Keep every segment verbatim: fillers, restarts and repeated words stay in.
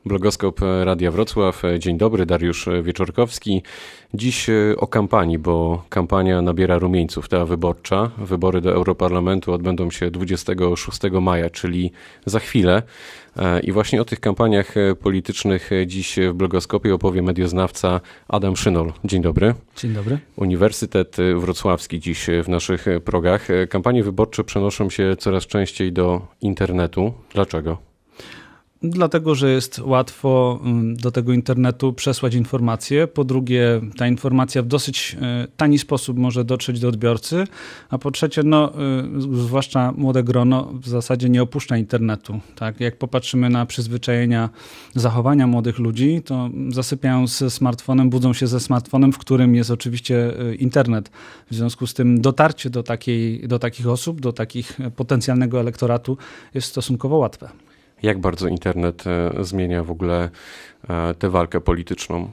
Blogoskop Radia Wrocław. Dzień dobry, Dariusz Wieczorkowski. Dziś o kampanii, bo kampania nabiera rumieńców, ta wyborcza. Wybory do Europarlamentu odbędą się dwudziestego szóstego maja, czyli za chwilę. I właśnie o tych kampaniach politycznych dziś w Blogoskopie opowie medioznawca Adam Szynol. Dzień dobry. Dzień dobry. Uniwersytet Wrocławski dziś w naszych progach. Kampanie wyborcze przenoszą się coraz częściej do internetu. Dlaczego? Dlatego, że jest łatwo do tego internetu przesłać informacje. Po drugie, ta informacja w dosyć tani sposób może dotrzeć do odbiorcy. A po trzecie, no, zwłaszcza młode grono w zasadzie nie opuszcza internetu. Tak? Jak popatrzymy na przyzwyczajenia, zachowania młodych ludzi, to zasypiają ze smartfonem, budzą się ze smartfonem, w którym jest oczywiście internet. W związku z tym dotarcie do takiej, do takich osób, do takich potencjalnego elektoratu jest stosunkowo łatwe. Jak bardzo internet zmienia w ogóle tę walkę polityczną?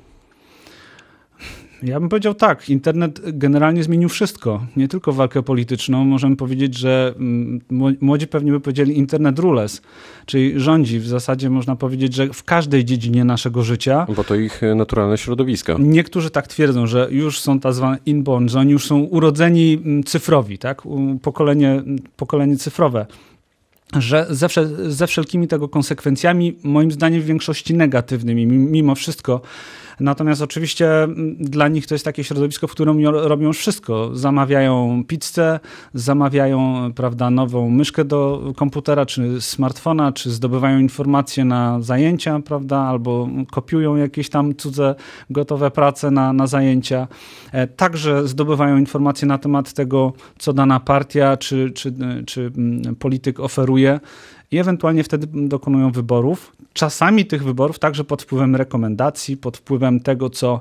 Ja bym powiedział tak, internet generalnie zmienił wszystko, nie tylko walkę polityczną. Możemy powiedzieć, że młodzi pewnie by powiedzieli internet rules, czyli rządzi w zasadzie można powiedzieć, że w każdej dziedzinie naszego życia. Bo to ich naturalne środowisko. Niektórzy tak twierdzą, że już są tak zwane inborn, że oni już są urodzeni cyfrowi, tak? Pokolenie, pokolenie cyfrowe. Że ze, ze wszelkimi tego konsekwencjami, moim zdaniem w większości negatywnymi, mimo wszystko. Natomiast oczywiście dla nich to jest takie środowisko, w którym robią już wszystko. Zamawiają pizzę, zamawiają, prawda, nową myszkę do komputera czy smartfona, czy zdobywają informacje na zajęcia, prawda, albo kopiują jakieś tam cudze gotowe prace na, na zajęcia. Także zdobywają informacje na temat tego, co dana partia czy, czy, czy polityk oferuje. I ewentualnie wtedy dokonują wyborów. Czasami tych wyborów także pod wpływem rekomendacji, pod wpływem tego, co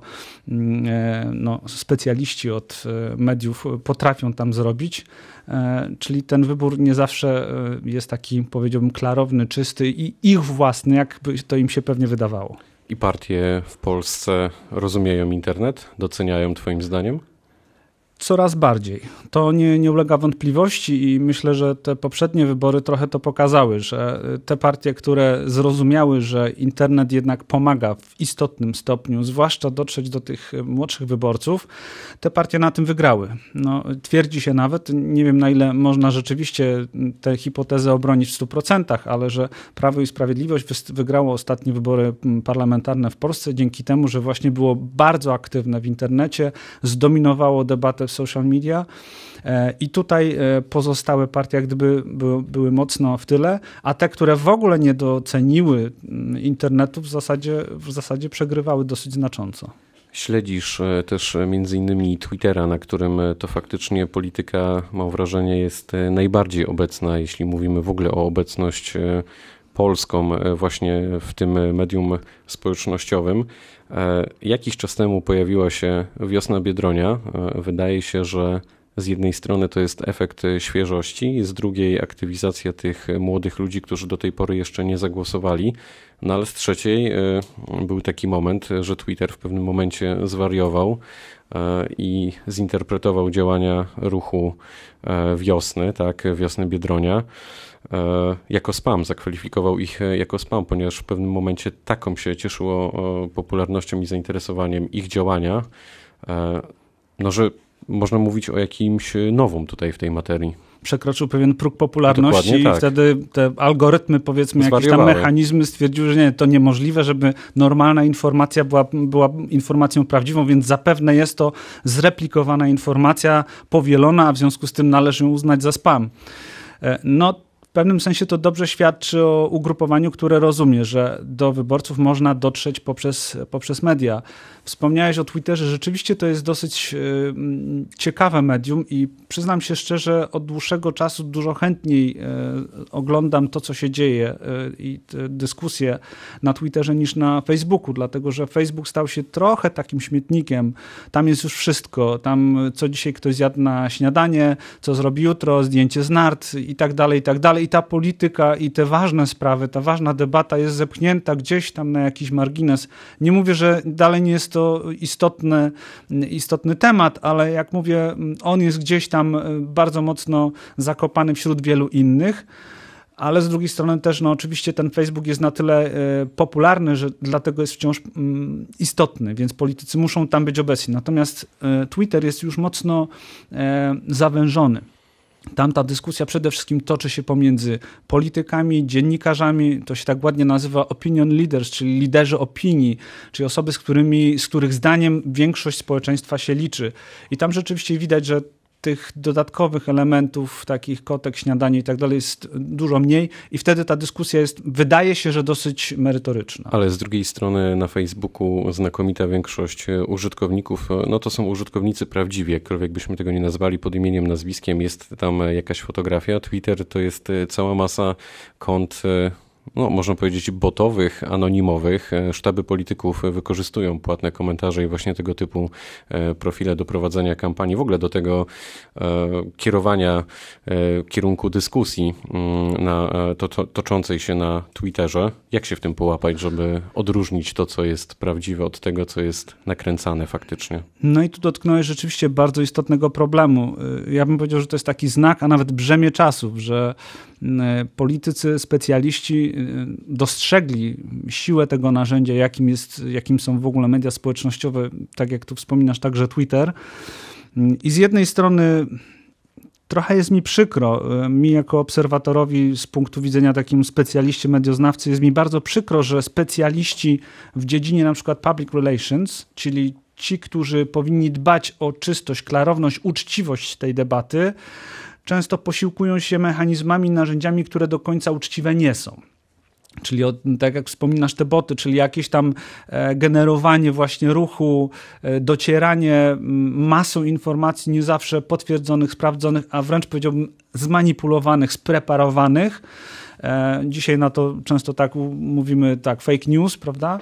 no, specjaliści od mediów potrafią tam zrobić. Czyli ten wybór nie zawsze jest taki, powiedziałbym, klarowny, czysty i ich własny, jakby to im się pewnie wydawało. I partie w Polsce rozumieją internet? Doceniają twoim zdaniem? Coraz bardziej. To nie, nie ulega wątpliwości i myślę, że te poprzednie wybory trochę to pokazały, że te partie, które zrozumiały, że internet jednak pomaga w istotnym stopniu, zwłaszcza dotrzeć do tych młodszych wyborców, te partie na tym wygrały. No, twierdzi się nawet, nie wiem na ile można rzeczywiście tę hipotezę obronić w stu procentach, ale że Prawo i Sprawiedliwość wygrało ostatnie wybory parlamentarne w Polsce dzięki temu, że właśnie było bardzo aktywne w internecie, zdominowało debatę w social media i tutaj pozostałe partie jak gdyby były, były mocno w tyle, a te, które w ogóle nie doceniły internetu w zasadzie, w zasadzie przegrywały dosyć znacząco. Śledzisz też między innymi Twittera, na którym to faktycznie polityka, mam wrażenie, jest najbardziej obecna, jeśli mówimy w ogóle o obecność polską właśnie w tym medium społecznościowym. Jakiś czas temu pojawiła się Wiosna Biedronia. Wydaje się, że z jednej strony to jest efekt świeżości, z drugiej aktywizacja tych młodych ludzi, którzy do tej pory jeszcze nie zagłosowali. No ale z trzeciej był taki moment, że Twitter w pewnym momencie zwariował i zinterpretował działania ruchu Wiosny, tak, Wiosny Biedronia, jako spam, zakwalifikował ich jako spam, ponieważ w pewnym momencie taką się cieszyło popularnością i zainteresowaniem ich działania, no że można mówić o jakimś nowum tutaj w tej materii. Przekroczył pewien próg popularności i tak. Wtedy te algorytmy, powiedzmy, jakieś tam mechanizmy stwierdziły, że nie, to niemożliwe, żeby normalna informacja była, była informacją prawdziwą, więc zapewne jest to zreplikowana informacja, powielona, a w związku z tym należy ją uznać za spam. No, w pewnym sensie to dobrze świadczy o ugrupowaniu, które rozumie, że do wyborców można dotrzeć poprzez, poprzez media. Wspomniałeś o Twitterze, rzeczywiście to jest dosyć y, ciekawe medium i przyznam się szczerze, od dłuższego czasu dużo chętniej y, oglądam to, co się dzieje y, i y, dyskusje na Twitterze niż na Facebooku, dlatego że Facebook stał się trochę takim śmietnikiem. Tam jest już wszystko. Tam co dzisiaj ktoś zjadł na śniadanie, co zrobi jutro, zdjęcie z nart i tak dalej, i tak dalej. I ta polityka i te ważne sprawy, ta ważna debata jest zepchnięta gdzieś tam na jakiś margines. Nie mówię, że dalej nie jest to istotny, istotny temat, ale jak mówię, on jest gdzieś tam bardzo mocno zakopany wśród wielu innych. ale z drugiej strony też no oczywiście ten Facebook jest na tyle popularny, że dlatego jest wciąż istotny, więc politycy muszą tam być obecni. Natomiast Twitter jest już mocno zawężony. Tam ta dyskusja przede wszystkim toczy się pomiędzy politykami, dziennikarzami, to się tak ładnie nazywa opinion leaders, czyli liderzy opinii, czyli osoby, z którymi, z których zdaniem większość społeczeństwa się liczy. I tam rzeczywiście widać, że tych dodatkowych elementów, takich kotek, śniadanie i tak dalej jest dużo mniej i wtedy ta dyskusja jest, wydaje się, że dosyć merytoryczna. Ale z drugiej strony na Facebooku znakomita większość użytkowników, no to są użytkownicy prawdziwi, jakkolwiek byśmy tego nie nazwali pod imieniem, nazwiskiem, jest tam jakaś fotografia. Twitter to jest cała masa kont, no, można powiedzieć botowych, anonimowych. Sztaby polityków wykorzystują płatne komentarze i właśnie tego typu profile do prowadzenia kampanii, w ogóle do tego kierowania kierunku dyskusji na, to, to, toczącej się na Twitterze. Jak się w tym połapać, żeby odróżnić to, co jest prawdziwe od tego, co jest nakręcane faktycznie? No i tu dotknąłeś rzeczywiście bardzo istotnego problemu. Ja bym powiedział, że to jest taki znak, a nawet brzemię czasów, że politycy, specjaliści dostrzegli siłę tego narzędzia, jakim, jest, jakim są w ogóle media społecznościowe, tak jak tu wspominasz, także Twitter. I z jednej strony trochę jest mi przykro, mi jako obserwatorowi z punktu widzenia takim specjaliście, medioznawcy, jest mi bardzo przykro, że specjaliści w dziedzinie na przykład public relations, czyli ci, którzy powinni dbać o czystość, klarowność, uczciwość tej debaty, często posiłkują się mechanizmami, narzędziami, które do końca uczciwe nie są. Czyli tak jak wspominasz te boty, czyli jakieś tam generowanie właśnie ruchu, docieranie masą informacji nie zawsze potwierdzonych, sprawdzonych, a wręcz powiedziałbym zmanipulowanych, spreparowanych. Dzisiaj na to często tak mówimy, tak, fake news, prawda?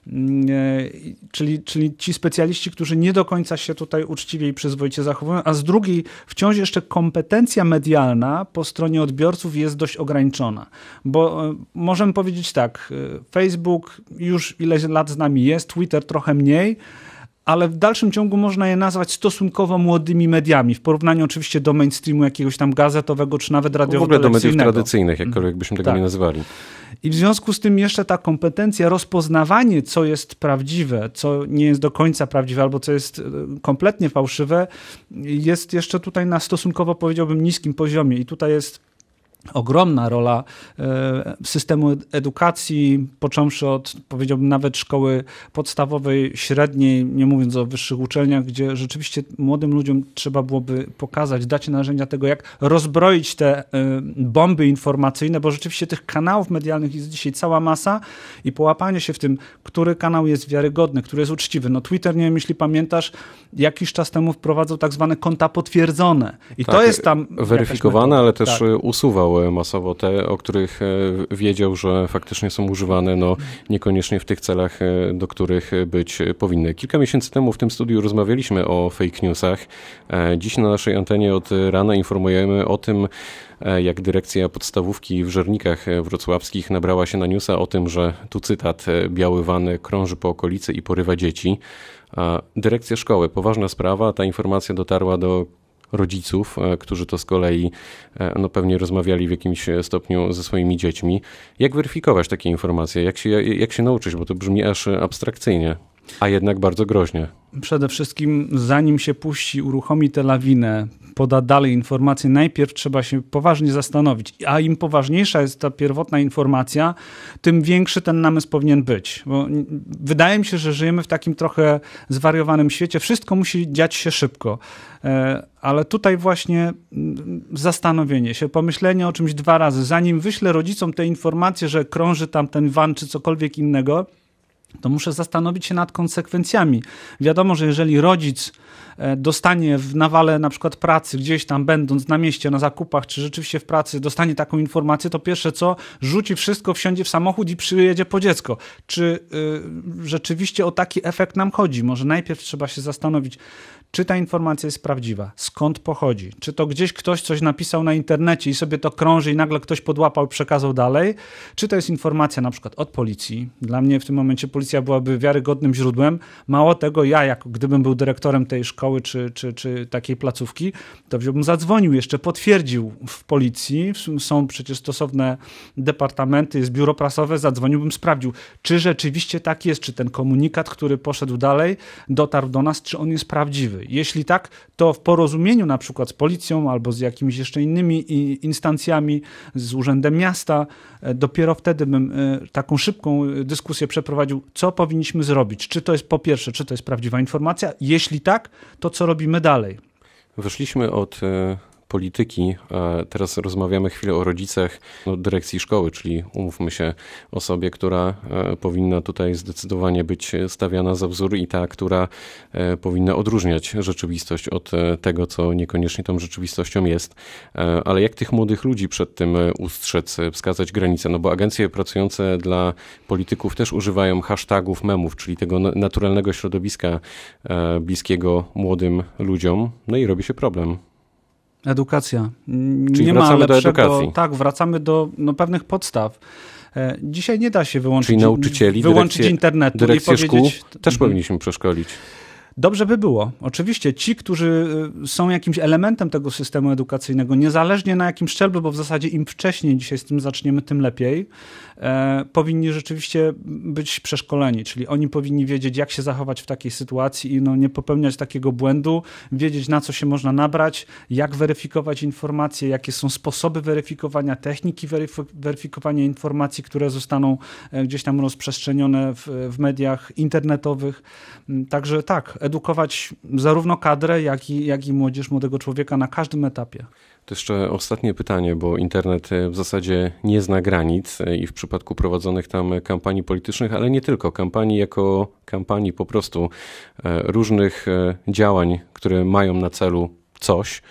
Czyli, czyli ci specjaliści, którzy nie do końca się tutaj uczciwie i przyzwoicie zachowują, a z drugiej wciąż jeszcze kompetencja medialna po stronie odbiorców jest dość ograniczona. Bo możemy powiedzieć tak, Facebook już ileś lat z nami jest, Twitter trochę mniej, ale w dalszym ciągu można je nazwać stosunkowo młodymi mediami, w porównaniu oczywiście do mainstreamu jakiegoś tam gazetowego, czy nawet radiowo-telewizyjnego. W ogóle do mediów tradycyjnych, jakkolwiek byśmy tego tak. nie nazwali. I w związku z tym jeszcze ta kompetencja, rozpoznawanie, co jest prawdziwe, co nie jest do końca prawdziwe, albo co jest kompletnie fałszywe, jest jeszcze tutaj na stosunkowo, powiedziałbym, niskim poziomie. I tutaj jest ogromna rola systemu edukacji, począwszy od, powiedziałbym, nawet szkoły podstawowej, średniej, nie mówiąc o wyższych uczelniach, gdzie rzeczywiście młodym ludziom trzeba byłoby pokazać, dać narzędzia tego, jak rozbroić te bomby informacyjne, bo rzeczywiście tych kanałów medialnych jest dzisiaj cała masa i połapanie się w tym, który kanał jest wiarygodny, który jest uczciwy. No Twitter, nie wiem, jeśli pamiętasz, jakiś czas temu wprowadzał tak zwane konta potwierdzone. I tak, to jest tam weryfikowane, ale też tak. usuwał masowo te, o których wiedział, że faktycznie są używane, no niekoniecznie w tych celach, do których być powinny. Kilka miesięcy temu w tym studiu rozmawialiśmy o fake newsach. Dziś na naszej antenie od rana informujemy o tym, jak dyrekcja podstawówki w Żernikach wrocławskich nabrała się na newsa o tym, że, tu cytat, biały van krąży po okolicy i porywa dzieci. Dyrekcja szkoły, poważna sprawa, ta informacja dotarła do rodziców, którzy to z kolei no, pewnie rozmawiali w jakimś stopniu ze swoimi dziećmi. Jak weryfikować takie informacje? Jak się, jak się nauczyć? Bo to brzmi aż abstrakcyjnie, a jednak bardzo groźnie. Przede wszystkim, zanim się puści, uruchomi tę lawinę, poda dalej informacje, najpierw trzeba się poważnie zastanowić. A im poważniejsza jest ta pierwotna informacja, tym większy ten namysł powinien być. Bo wydaje mi się, że żyjemy w takim trochę zwariowanym świecie. Wszystko musi dziać się szybko. Ale tutaj właśnie zastanowienie się, pomyślenie o czymś dwa razy. Zanim wyślę rodzicom te informacje, że krąży tam ten van czy cokolwiek innego, to muszę zastanowić się nad konsekwencjami. Wiadomo, że jeżeli rodzic dostanie w nawale na przykład pracy, gdzieś tam będąc na mieście, na zakupach, czy rzeczywiście w pracy, dostanie taką informację, to pierwsze co, rzuci wszystko, wsiądzie w samochód i przyjedzie po dziecko. Czy y, rzeczywiście o taki efekt nam chodzi? Może najpierw trzeba się zastanowić, czy ta informacja jest prawdziwa, skąd pochodzi, czy to gdzieś ktoś coś napisał na internecie i sobie to krąży i nagle ktoś podłapał i przekazał dalej, czy to jest informacja na przykład od policji. Dla mnie w tym momencie policja byłaby wiarygodnym źródłem. Mało tego, ja jako gdybym był dyrektorem tej szkoły czy, czy, czy takiej placówki, to wziąłbym, zadzwonił, jeszcze potwierdził w policji, są przecież stosowne departamenty, jest biuro prasowe, zadzwoniłbym, sprawdził, czy rzeczywiście tak jest, czy ten komunikat, który poszedł dalej, dotarł do nas, czy on jest prawdziwy. Jeśli tak, to w porozumieniu na przykład z policją albo z jakimiś jeszcze innymi instancjami, z Urzędem Miasta, dopiero wtedy bym taką szybką dyskusję przeprowadził, co powinniśmy zrobić. Czy to jest po pierwsze, czy to jest prawdziwa informacja? Jeśli tak, to co robimy dalej? Wyszliśmy od polityki, a teraz rozmawiamy chwilę o rodzicach, o dyrekcji szkoły, czyli umówmy się, osobie, która powinna tutaj zdecydowanie być stawiana za wzór i ta, która powinna odróżniać rzeczywistość od tego, co niekoniecznie tą rzeczywistością jest. Ale jak tych młodych ludzi przed tym ustrzec, wskazać granice? No bo agencje pracujące dla polityków też używają hashtagów, memów, czyli tego naturalnego środowiska bliskiego młodym ludziom, no i robi się problem. Edukacja. Czyli nie wracamy ma lepszego, do edukacji. Tak, wracamy do no, pewnych podstaw. Dzisiaj nie da się wyłączyć, Czyli nauczycieli, wyłączyć dyrekcje, internetu dyrekcje i powiedzieć... szkół też powinniśmy przeszkolić. Dobrze by było. Oczywiście ci, którzy są jakimś elementem tego systemu edukacyjnego, niezależnie na jakim szczeblu, bo w zasadzie im wcześniej dzisiaj z tym zaczniemy, tym lepiej, e, powinni rzeczywiście być przeszkoleni, czyli oni powinni wiedzieć, jak się zachować w takiej sytuacji i no, nie popełniać takiego błędu, wiedzieć, na co się można nabrać, jak weryfikować informacje, jakie są sposoby weryfikowania, techniki weryf- weryfikowania informacji, które zostaną gdzieś tam rozprzestrzenione w, w mediach internetowych. Także tak, edukować zarówno kadrę, jak i, jak i młodzież, młodego człowieka na każdym etapie. To jeszcze ostatnie pytanie, bo internet w zasadzie nie zna granic i w przypadku prowadzonych tam kampanii politycznych, ale nie tylko, kampanii jako kampanii po prostu różnych działań, które mają na celu coś,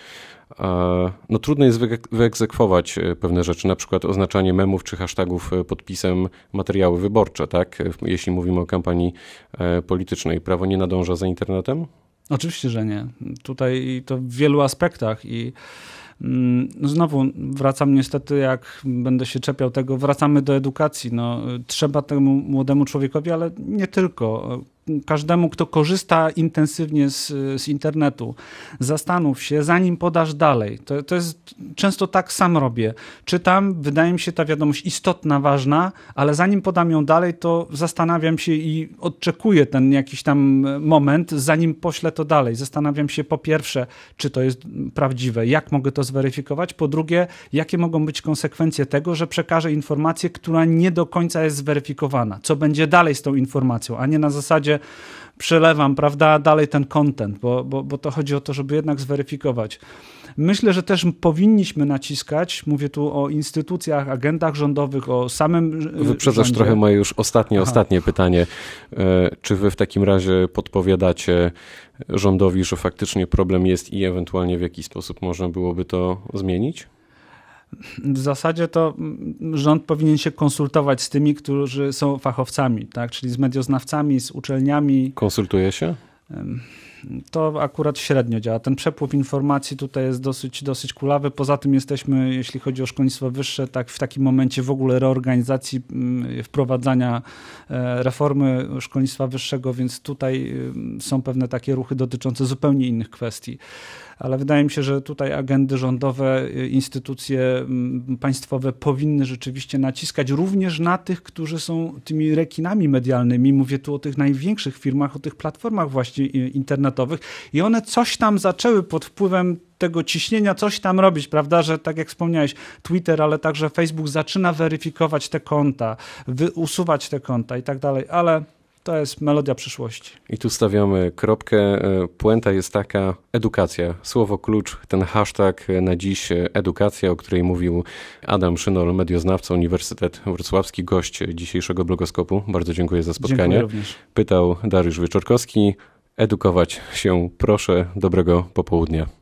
no trudno jest wyegzekwować pewne rzeczy, na przykład oznaczanie memów czy hashtagów podpisem materiały wyborcze, tak? Jeśli mówimy o kampanii politycznej. Prawo nie nadąża za internetem? Oczywiście, że nie. Tutaj to w wielu aspektach i no znowu wracam niestety, jak będę się czepiał tego, wracamy do edukacji. No, trzeba temu młodemu człowiekowi, ale nie tylko, każdemu, kto korzysta intensywnie z, z internetu, zastanów się, zanim podasz dalej. To, to jest często tak sam robię. Czytam, wydaje mi się ta wiadomość istotna, ważna, ale zanim podam ją dalej, to zastanawiam się i odczekuję ten jakiś tam moment, zanim poślę to dalej. Zastanawiam się po pierwsze, czy to jest prawdziwe, jak mogę to zweryfikować, po drugie, jakie mogą być konsekwencje tego, że przekażę informację, która nie do końca jest zweryfikowana. Co będzie dalej z tą informacją, a nie na zasadzie przelewam, prawda, dalej ten content, bo, bo, bo to chodzi o to, żeby jednak zweryfikować. Myślę, że też powinniśmy naciskać, mówię tu o instytucjach, agendach rządowych, o samym Wyprzedzasz rządzie. trochę moje już ostatnie, Aha. ostatnie pytanie. Czy wy w takim razie podpowiadacie rządowi, że faktycznie problem jest i ewentualnie w jaki sposób można byłoby to zmienić? W zasadzie to rząd powinien się konsultować z tymi, którzy są fachowcami, tak? Czyli z medioznawcami, z uczelniami. Konsultuje się? To akurat średnio działa. Ten przepływ informacji tutaj jest dosyć, dosyć kulawy. Poza tym jesteśmy, jeśli chodzi o szkolnictwo wyższe, tak w takim momencie w ogóle reorganizacji, wprowadzania reformy szkolnictwa wyższego, więc tutaj są pewne takie ruchy dotyczące zupełnie innych kwestii. Ale wydaje mi się, że tutaj agendy rządowe, instytucje państwowe powinny rzeczywiście naciskać również na tych, którzy są tymi rekinami medialnymi. Mówię tu o tych największych firmach, o tych platformach właśnie internetowych i one coś tam zaczęły pod wpływem tego ciśnienia coś tam robić, prawda, że tak jak wspomniałeś, Twitter, ale także Facebook zaczyna weryfikować te konta, usuwać te konta i tak dalej, ale to jest melodia przyszłości. I tu stawiamy kropkę. Puenta jest taka, edukacja. Słowo klucz, ten hashtag na dziś edukacja, o której mówił Adam Szynol, medioznawca, Uniwersytet Wrocławski, gość dzisiejszego blogoskopu. Bardzo dziękuję za spotkanie. Dziękuję również. Pytał Dariusz Wieczorkowski. Edukować się proszę. Dobrego popołudnia.